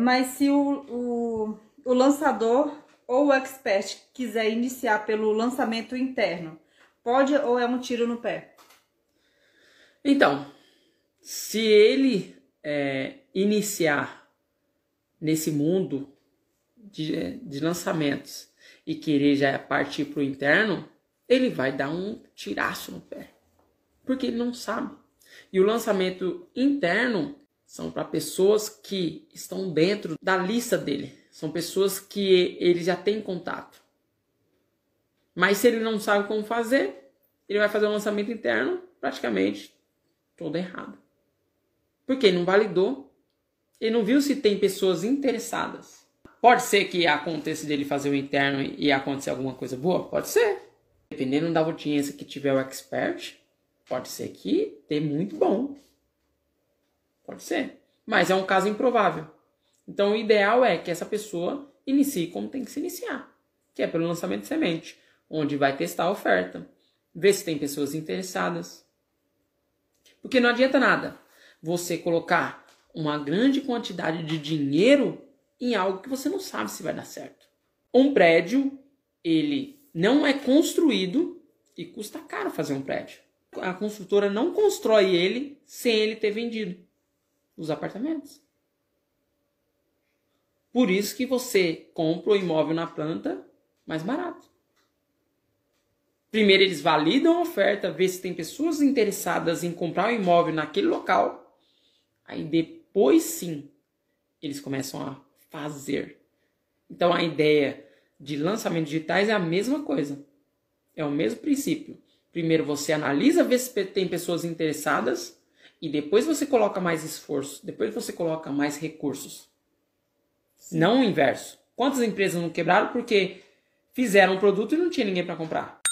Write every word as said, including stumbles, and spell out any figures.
mas se o, o, o lançador ou o expert quiser iniciar pelo lançamento interno, pode ou é um tiro no pé? Então, se ele é, iniciar nesse mundo de, de lançamentos e querer já partir para o interno, ele vai dar um tiraço no pé, porque ele não sabe. E o lançamento interno são para pessoas que estão dentro da lista dele, são pessoas que ele já tem contato. Mas se ele não sabe como fazer, ele vai fazer um lançamento interno praticamente todo errado. Porque ele não validou, ele não viu se tem pessoas interessadas. Pode ser que aconteça dele fazer o interno e acontecer alguma coisa boa? Pode ser. Dependendo da audiência que tiver o expert, pode ser que dê muito bom. Pode ser. Mas é um caso improvável. Então o ideal é que essa pessoa inicie como tem que se iniciar. Que é pelo lançamento de semente. Onde vai testar a oferta. Ver se tem pessoas interessadas. Porque não adianta nada você colocar uma grande quantidade de dinheiro em algo que você não sabe se vai dar certo. Um prédio, ele não é construído e custa caro fazer um prédio. A construtora não constrói ele sem ele ter vendido os apartamentos. Por isso que você compra o imóvel na planta mais barato. Primeiro eles validam a oferta, vê se tem pessoas interessadas em comprar o imóvel naquele local. Aí depois sim, eles começam a fazer. Então a ideia de lançamentos digitais é a mesma coisa. É o mesmo princípio. Primeiro você analisa, vê se tem pessoas interessadas e depois você coloca mais esforço, depois você coloca mais recursos. Não o inverso. Quantas empresas não quebraram porque fizeram um produto e não tinha ninguém para comprar?